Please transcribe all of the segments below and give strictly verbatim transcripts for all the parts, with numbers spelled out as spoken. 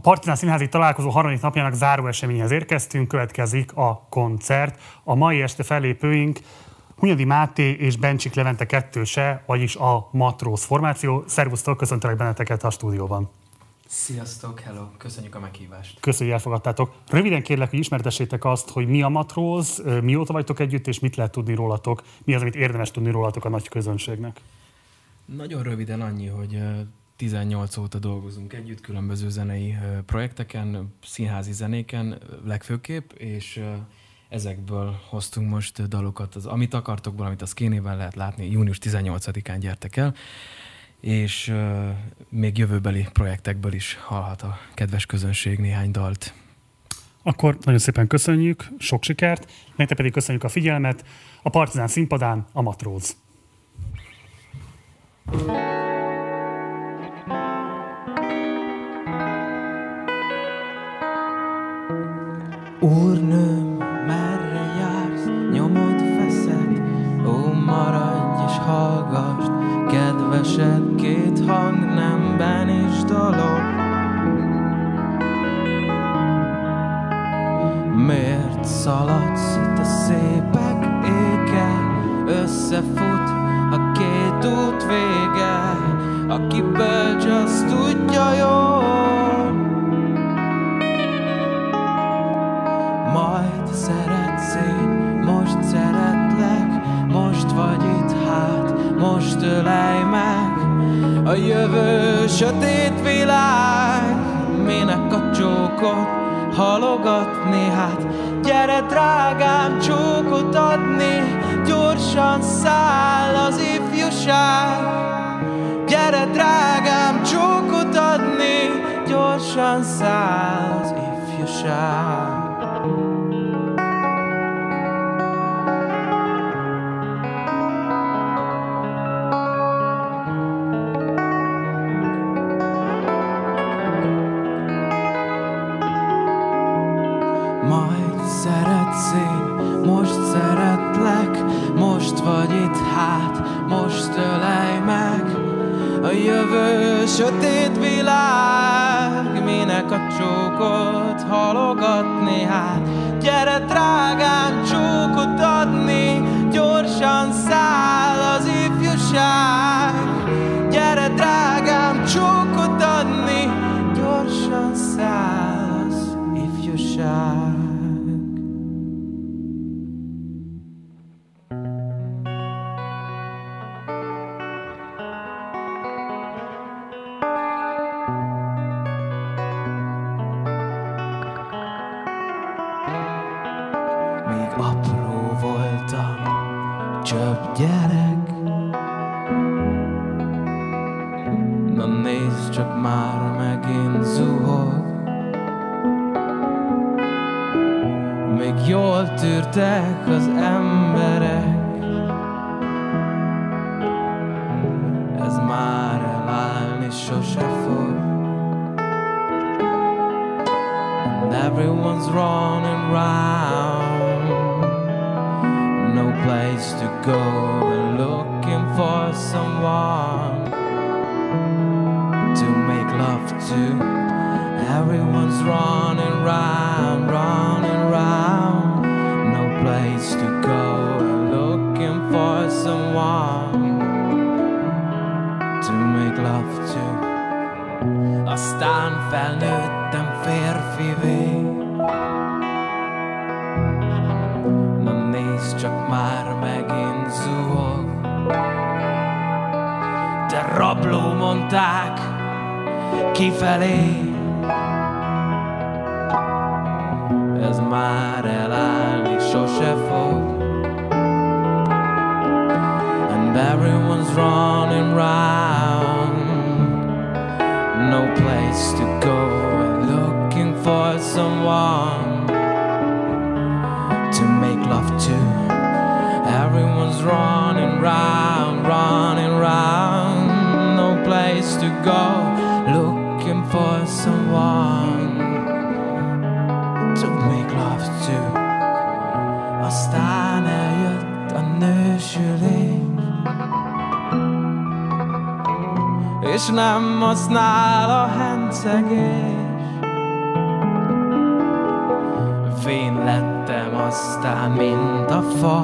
Partizán Színházi Találkozó harmadik napjának záró eseményhez érkeztünk, következik a koncert. A mai este fellépőink Hunyadi Máté és Bencsik Levente kettőse, vagyis a Matróz formáció. Szervusztok, köszöntelek benneteket a stúdióban. Sziasztok, hello, köszönjük a meghívást. Köszönjük, hogy elfogadtátok. Röviden kérlek, hogy ismertessétek azt, hogy mi a Matróz, mióta vagytok együtt, és mit lehet tudni rólatok, mi az, amit érdemes tudni rólatok a nagy közönségnek. Nagyon röviden annyi, hogy tizennyolc óta dolgozunk együtt, különböző zenei projekteken, színházi zenéken legfőképp, és ezekből hoztunk most dalokat. Az Amit akartok, valamit a Szkénében lehet látni, június tizennyolcadikán gyertek el, és uh, még jövőbeli projektekből is hallhat a kedves közönség néhány dalt. Akkor nagyon szépen köszönjük, sok sikert, nektek pedig köszönjük a figyelmet. A Partizán színpadán a Matróz. Úrnőm, merre jársz, nyomod veszed, ó, maradj és hallgass, kedvesed, két hangnemben is dalol. Miért szaladsz itt a szépek éke, összefut a két út vége, aki bölcs, azt tudja jól. Majd szeretsz én, most szeretlek, most vagy itt hát, most ölej meg. A jövő sötét világ, minek a csókot halogatni, hát gyere drágám csókot adni, gyorsan száll az ifjúság. Gyere drágám csókot adni, gyorsan száll az ifjúság. Majd szeretsz én, most szeretlek, most vagy itt hát, most ölej meg. A jövő sötét világ, minek a csókot halogatni, hát gyere drágám csókot adni, gyorsan száll az ifjúság. Gyere drágám csókot adni, gyorsan száll az ifjúság. Még apró voltam, csöpp gyerek. Na nézd csak, már megint zuhog. Még jól tűrtek az emberek, ez már elállni sose fog. And everyone's running round, no place to go, and looking for someone to make love to. Everyone's running round, running round, no place to go, and looking for someone to make love to. Aztán felnőttem férfivé. Na nézd csak, már megint zuhog. De rabló, mondták, kifelé. Ez már elállni sose fog. And everyone's running round, no place to go, and looking for someone to make love to. Everyone's running round, running round, no place to go, looking for someone to make love to. Aztán eljött a nősülés, és nem használ a hencegés. tisztán, mint a fa.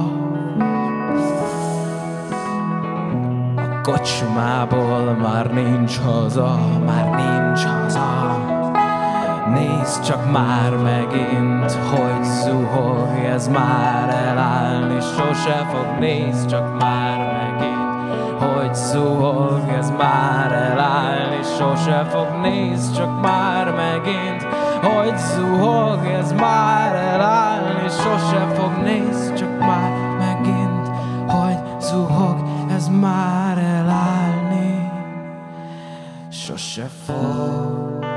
A kocsmából már nincs haza, már nincs haza. Nézd csak már megint, hogy zuhog, ez már elállni sose fog. Nézd csak már megint, hogy zuhog, ez már elállni sose fog. Nézd csak már megint, hogy zuhog, ez már elállni sose fog. Nézd csak már megint, hogy zuhog, ez már elállni sose fog.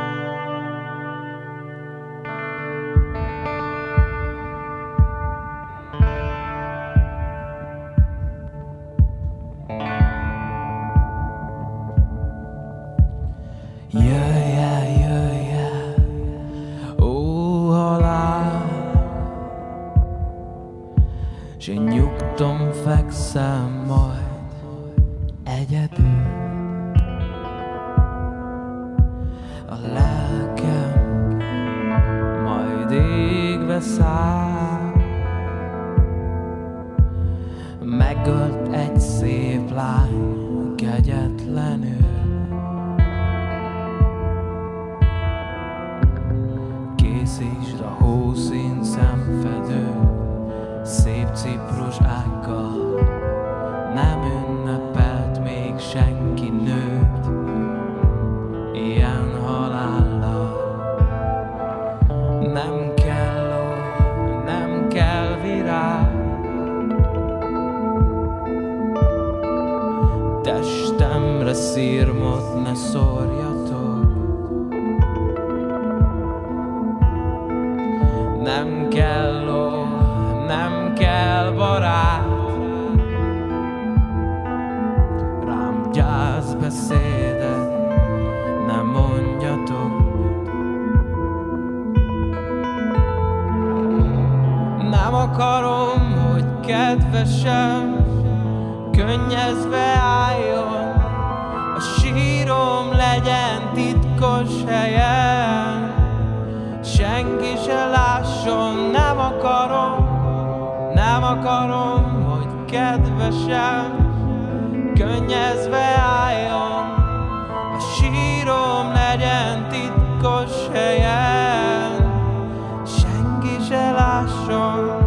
S én nyugton fekszem majd egyedül. A lelkem majd égve száll. Megölt egy szép lány kegyetlenül. Készítsd a hószín szemfedő szép ciprus ággal. Nem ünnepelt még senki nőt ilyen halállal. Nem kell ó, nem kell virág. Testemre szirmot ne szórjatok. Nem kell ó, nem kell barát. Rám gyászbeszédet nem mondjatok. Nem akarom, hogy kedvesem könnyezve álljon. A sírom legyen titkos helyen. Senki se lásson, nem akarom. Nem akarom, hogy kedvesem könnyezve álljon. A sírom legyen titkos helyen. Senki se lásson.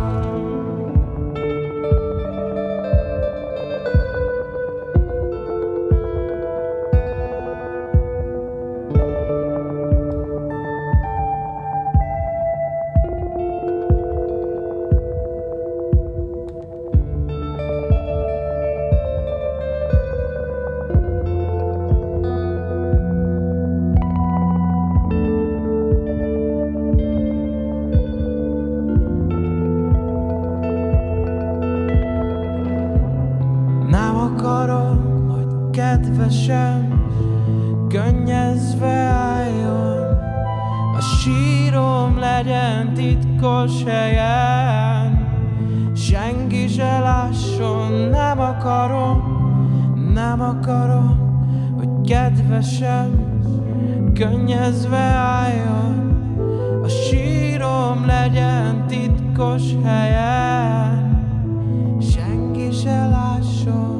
Kedvesem könnyezve álljon. A sírom legyen titkos helyen. Senki se lásson, nem akarom. Nem akarom, hogy kedvesem könnyezve álljon. A sírom legyen titkos helyen. Senki se lásson.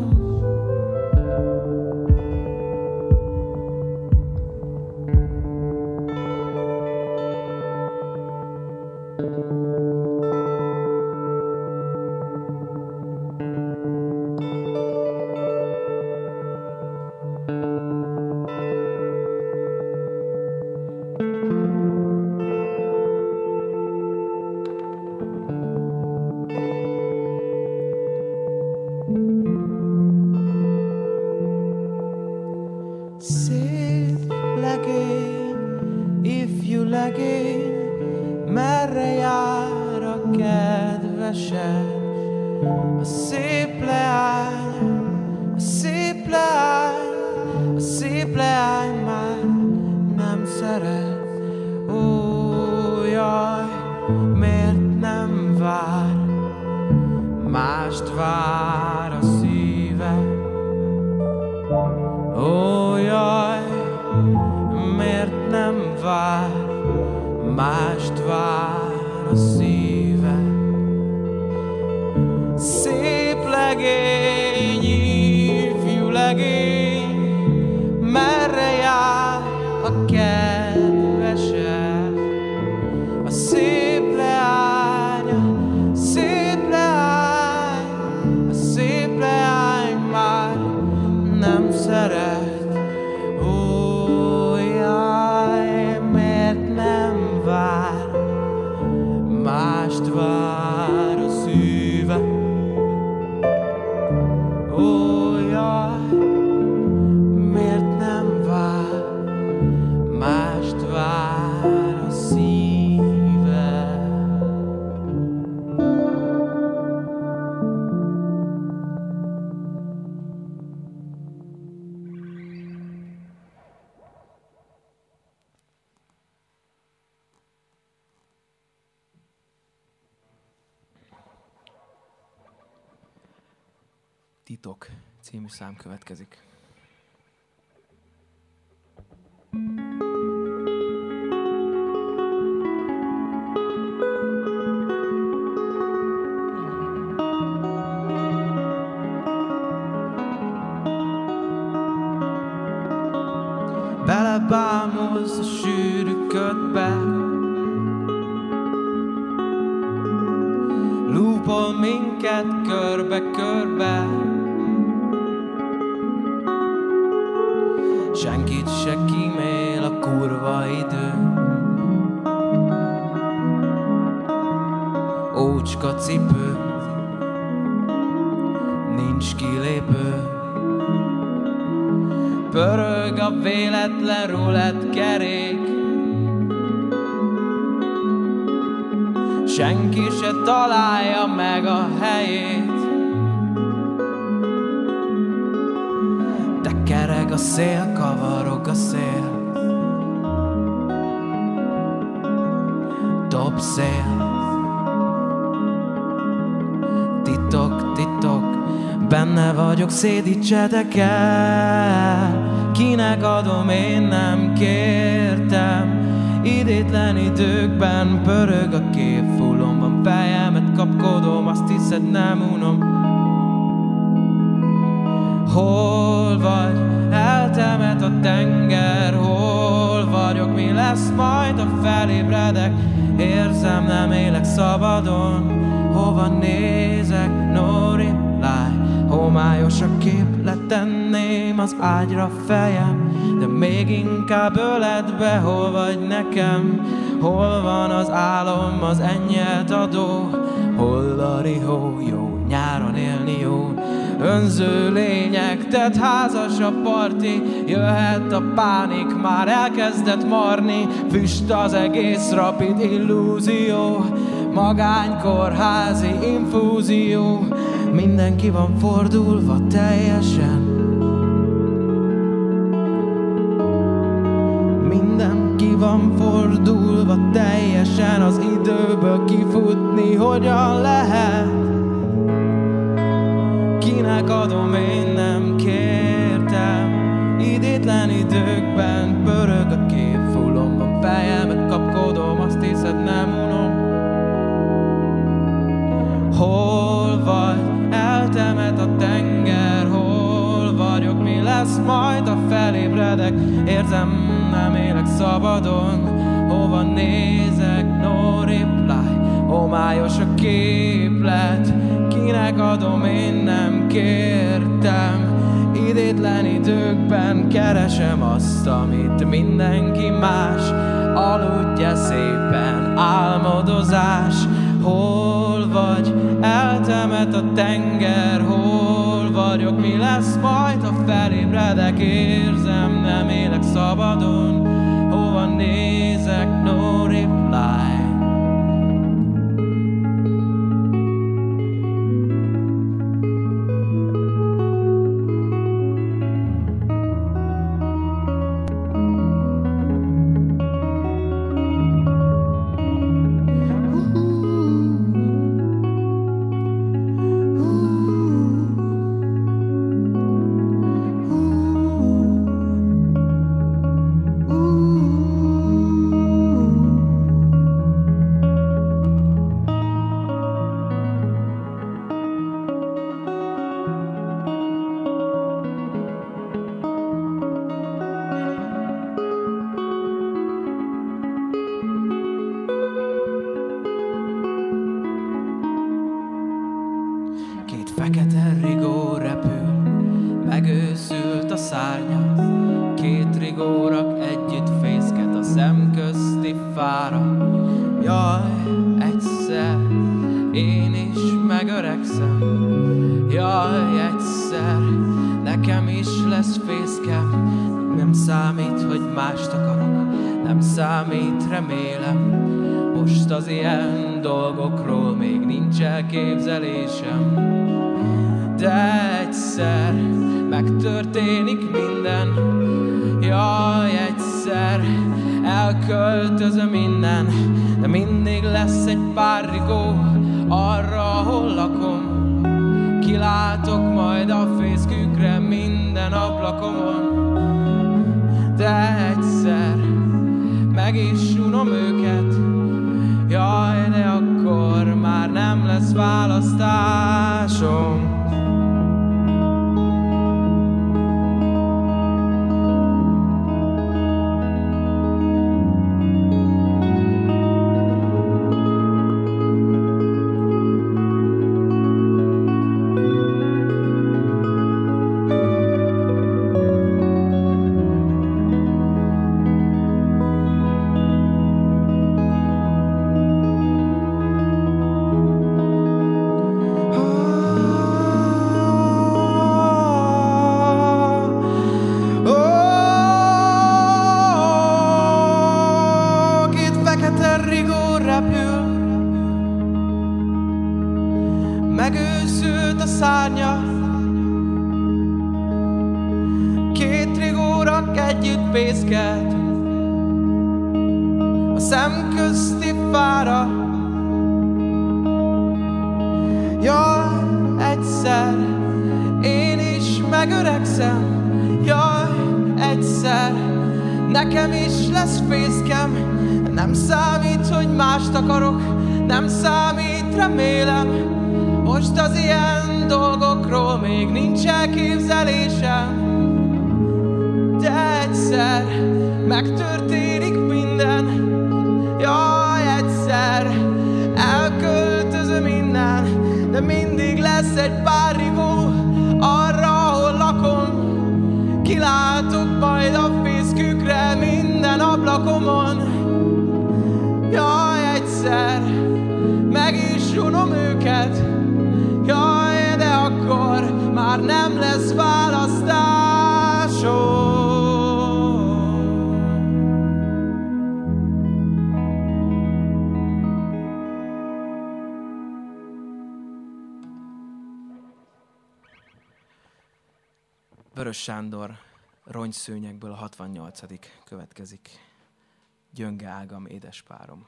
Szép legény, ifjú legény, merre jár a kedvesed? A szép leány, a szép leány, a szép leány már nem szeret. Ó, jaj, miért nem vár? Mást vár a szíve. Ó, jaj, miért nem vár? Mást vár a szíve. kedvesebb. A szép leány, szép leány, a szép leány már nem szeret. Ó, jaj, miért nem vár, mást vár a szíve. Ó, jaj, miért nem vár, mást vár a szíve. Titok című szám következik. Belebámulsz a sűrű ködbe, lúpol minket körbe-körbe. Senkit se kímél a kurva idő. Ócska cipő, nincs kilépő. Pörög a véletlen rulett kerék. Senki se találja meg a helyét. Tekereg a szél, kavarog a szél. Dob szél. Titok, titok, benne vagyok, szédítsetek el. Kinek adom, én nem kértem. Idétlen időkben pörög a kép, fullom van fejemet, kapkodom, azt hiszed, nem unom. Hol vagy? Eltemet a tenger, hol vagyok? Mi lesz majd, ha felébredek? Érzem, nem élek szabadon. Hova nézek? No reply. Homályos a kép, letenném az ágyra fejem, de még inkább öletbe. Hol vagy nekem? Hol van az álom, az ennyet adó? Hol a rihó? Jó, nyáron élni jó. Önző lények, tett házas a parti. Jöhet a pánik, már elkezdett marni. Füst az egész, rapid illúzió. Magánykórházi infúzió. Mindenki van fordulva teljesen. Mindenki van fordulva teljesen. Az időből kifutni hogyan lehet? Kinek adom, én nem kértem. Idétlen időkben pörög a kép, fullom van fejemet, kapkodom, azt hiszed, nem unom. Hol vagy? Eltemet a tenger, hol vagyok? Mi lesz majd, ha felébredek? Érzem, nem élek szabadon. Hova nézek? No reply. Homályos a képlet. Kinek adom, én nem kértem. Idétlen időkben keresem azt, amit mindenki más. Aludja szépen, álmodozás. Hol vagy? Eltemet a tenger, hol vagyok? Mi lesz majd, ha felébredek? Érzem, nem élek szabadon. Hova nézek? No reply. Ooh. fára. Jaj, egyszer én is megöregszem. Jaj, egyszer nekem is lesz fészkem. Nem számít, hogy mást akarok, nem számít, remélem. Most az ilyen dolgokról még nincs elképzelésem. De egyszer megtörténik minden. Jaj, egyszer elköltözöm innen. De mindig lesz egy pár rigó arra, ahol lakom. Kilátok majd a fészkükre minden ablakomon. De egyszer meg is unom őket. Jaj, de akkor már nem lesz választásom. Megőszült a szárnya, két rigórak együtt pészkelt a szemközti fára. Jaj, egyszer én is megöregszem. Jaj, egyszer nekem is lesz fészkem. Nem számít, hogy mást akarok, nem számít, remélem. Most az ilyen dolgokról még nincs elképzelésem. De egyszer megtörténik minden. Jaj, egyszer elköltözöm innen. De mindig lesz egy pár rigó arra, ahol lakom. Kilátok majd a fészkükre minden ablakomon. Jaj, egyszer meg is unom őket. Jaj, de akkor már nem lesz választásom. Vörös Sándor, Rongyszőnyegből a hatvannyolcadik következik. Gyönge ágam, édes párom.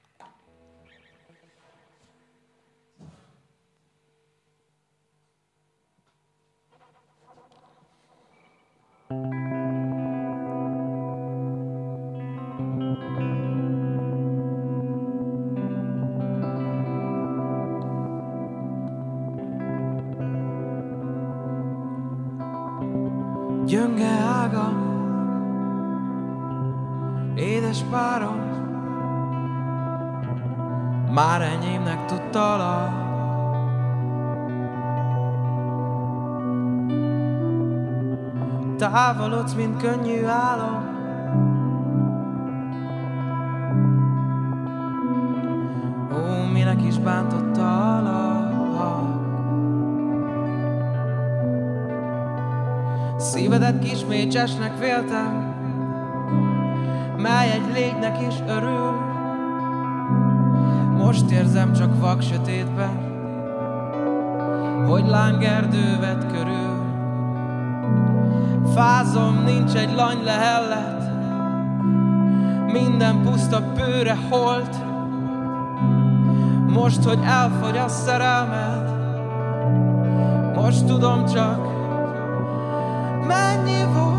Gyönge ágam, édes párom, már enyémnek tudtalak. Távolodsz, mint könnyű álom, ó, minek is bántottalak. Szívedet kismécsesnek véltem, mely egy légynek is örül. Most érzem csak vak sötétben, hogy lángerdő vett körül. Fázom, nincs egy lany lehellet, minden puszta pőre holt. Most, hogy elfogy a szerelmed, most tudom csak, mennyi volt.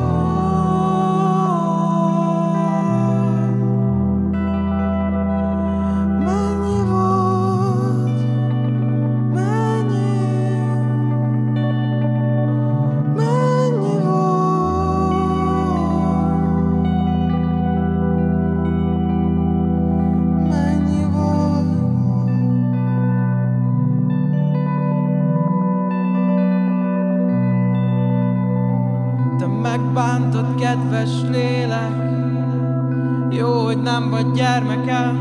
Mennyi volt. Mennyi. Mennyi volt. Mennyi volt. Megbántott kedves lélek, Jó, hogy nem vagy gyermekem,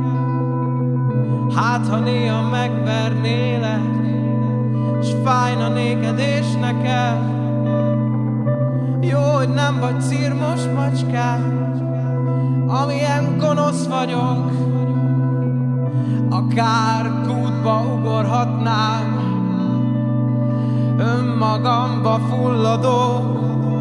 hát ha néha megvernélek, s fájna néked és neked. Jó, hogy nem vagy cirmos macskám, amilyen gonosz vagyok. Akár kútba ugorhatnám, önmagamba fulladok.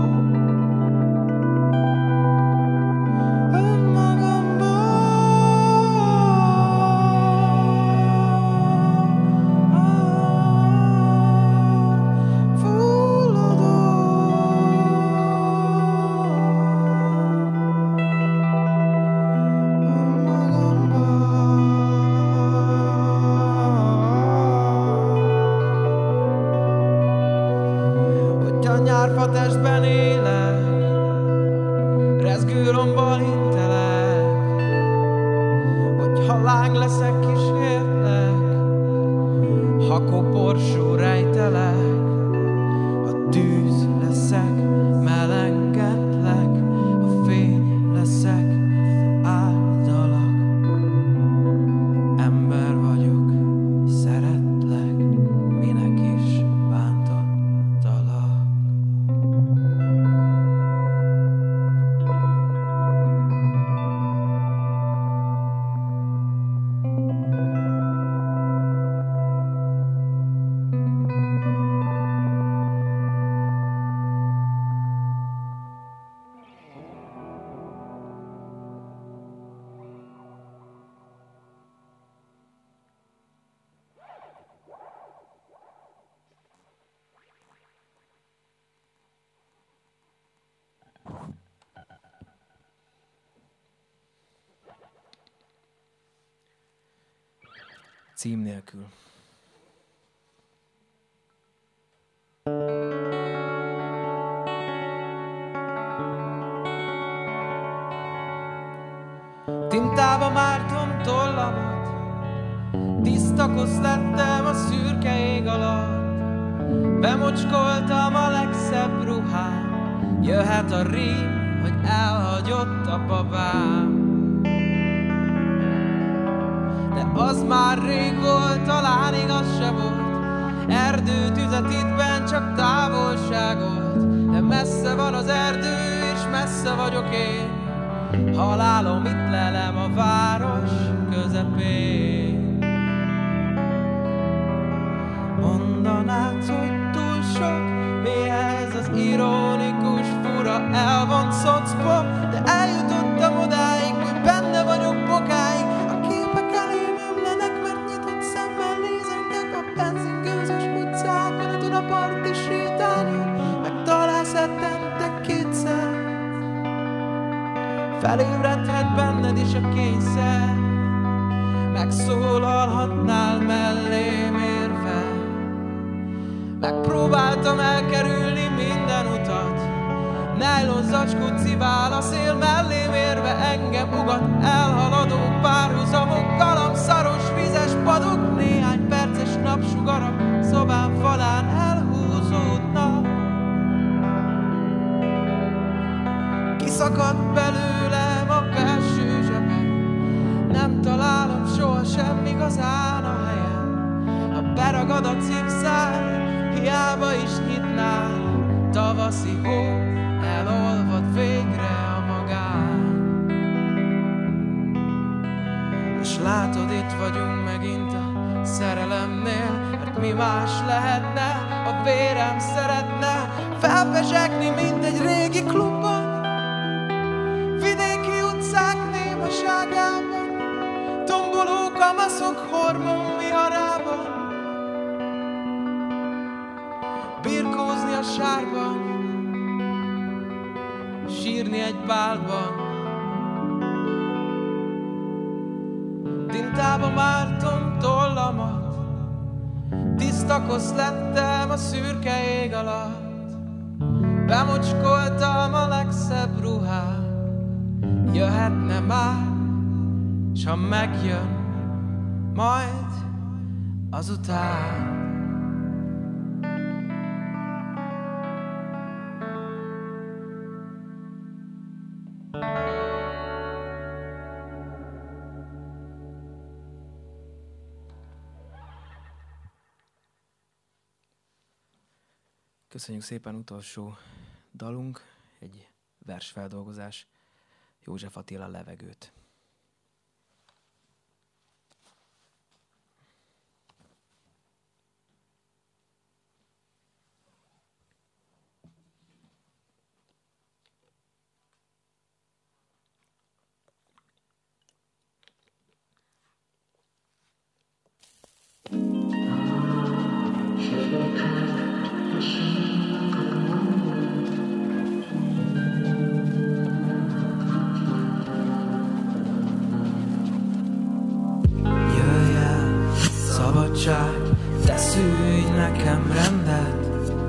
Testben élek, rezgő rombbal hintelek, hogyha láng leszek, kísérlek, ha koporsó rejtelek, ha tűz leszek, melengetlek, ha fény leszek, áldalak. Ember vagyok, szeretlek, minek is bántottalak. Cím nélkül. Tintába mártom tollamat, tiszta kosz lettem a szürke ég alatt. Bemocskoltam a legszebb ruhám, jöhet a rím, hogy elhagyott a babám. De az már rég volt, talán igaz se volt, erdőtüzet itt benn csak távolságot. De messze van az erdő, és messze vagyok én, halálom itt lelem a város közepén. Mondanád, hogy túl sok, mi ez az ironikus, fura, elvont szocpop, de eljutottam odáig, hogy benne vagyok bokáig. A képek elém ömlenek, mert nyitott szemmel nézengek a benzingőzös utcákon, a Dunaparti sétányon, meg találsz ettentek kétszer. Felébredhet benned is a kényszer, megszólalhatnál mellém érve. Megpróbáltam elkerülni minden utat, nájlon zacskót szivál a szél mellém érve. Engem ugat elhaladó párhuzamok, galamszaros vizes padok, néhány perces napsugarak szobám falán elhúzódnak. Kiszakadt belőlem a belső zsebem, nem találom sohasem igazán a helyem. Ha beragad a cipzár, hiába is nyitnál, tavaszi hó elolvad végre a magán. És látod, itt vagyunk megint a szerelemnél, mert mi más lehetne, a vérem szeretne felpezsegni, mint egy régi klubban, vidéki utcák némaságában, tomboló kamaszok hormon viharában. Birkózni a sárban, sírni egy bálban. Tintába mártom tollamat, tiszta kosz lettem a szürke ég alatt. Bemocskoltam a legszebb ruhám, jöhetne már, s ha megjön, majd azután. Köszönjük szépen, utolsó dalunk, egy versfeldolgozás, József Attila Levegőt. De szülj nekem rendet.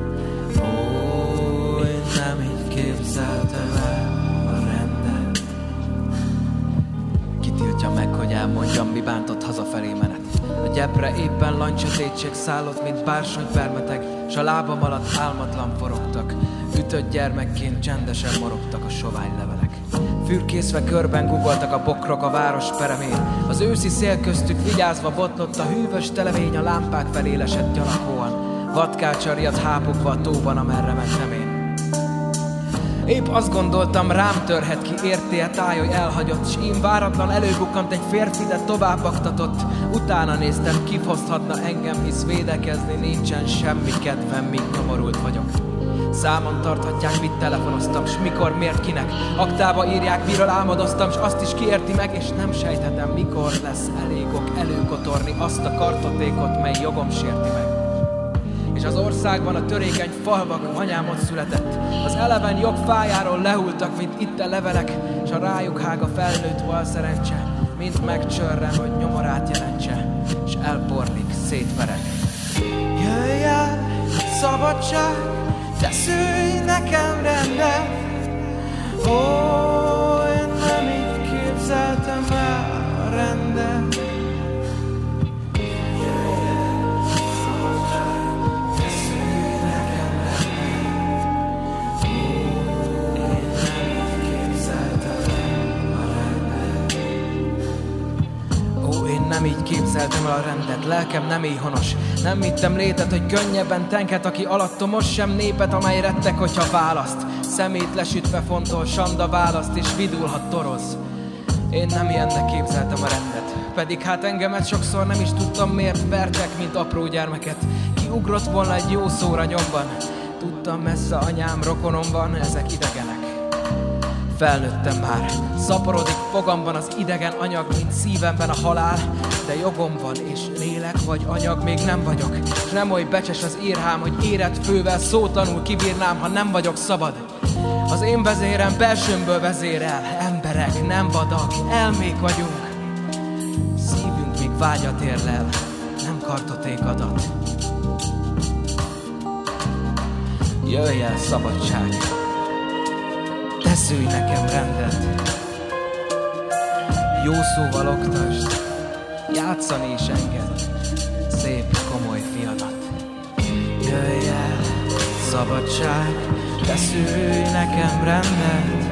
Ó, én nem így képzeltem el a rendet. Kitiltja meg, hogy elmondjam, mi bántott hazafelé menet. A gyepre éppen lancsötétség szállott, mint bársony permeteg, s a lábam alatt álmatlan forogtak. Ütött gyermekként csendesen morogtak a sovány levelek. Fürkészve körben guggoltak a bokrok a város peremén. Az őszi szél köztük vigyázva botlott a hűvös televény, a lámpák felé lesett gyanakvóan. Vadkácsa riadt hápogva a tóban, amerre mentem én. Épp azt gondoltam, rám törhet ki, értél tájolj elhagyott, s én váratlan előbukkant egy férfi, de tovább aktatott. Utána néztem, kifozhatna engem, hisz védekezni nincsen semmi kedvem, míg nyomorult vagyok. Számon tarthatják, mit telefonoztam, s mikor, miért, kinek. Aktába írják, miről álmodoztam, s azt is kiérti meg, és nem sejthetem, mikor lesz elég ok előkotorni azt a kartotékot, mely jogom sérti meg. És az országban a törékeny falvak anyámot született. Az eleven jog fájáról lehultak, mint itt a levelek, s a rájuk hág a felnőtt val szerencse, mint megcsörren, hogy nyomorát jelentse, s elporlik, szétverek. Jöjj el, szabadság, de szülj nekem rendet. Ó, én nem így képzeltem el a rendet. Jöjj el, szabadság, de szülj nekem rendet. Ó, én nem így képzeltem el a rendet. Ó, én nem így képzeltem el a rendet, lelkem nem éhonos. Nem vittem létet, hogy könnyebben tenket, aki alattomos, sem népet, amely rettek, hogyha választ. Szemét lesütve fontol, sanda választ, és vidulhat toroz. Én nem ilyennek képzeltem a rendet, pedig hát engemet sokszor nem is tudtam, miért vertek, mint apró gyermeket. Ki ugrott volna egy jó szóra nyomban, tudtam, messze anyám, rokonom van, ezek idegenek. Felnőttem már, szaporodik fogamban az idegen anyag, mint szívemben a halál, de jogom van, és lélek vagy anyag még nem vagyok, és nem oly becses az írhám, hogy érett fővel szótlanul kibírnám, ha nem vagyok szabad. Az én vezérem belsőmből vezérel, emberek, nem vadak, elmék vagyunk. Szívünk még vágyat érlel, nem kartoték adat. Jöjj el, szabadság, te szülj nekem rendet. Jó szóval oktasd, játszani is enged, szép, komoly fiadat. Jöjj el, szabadság, te szülj nekem rendet.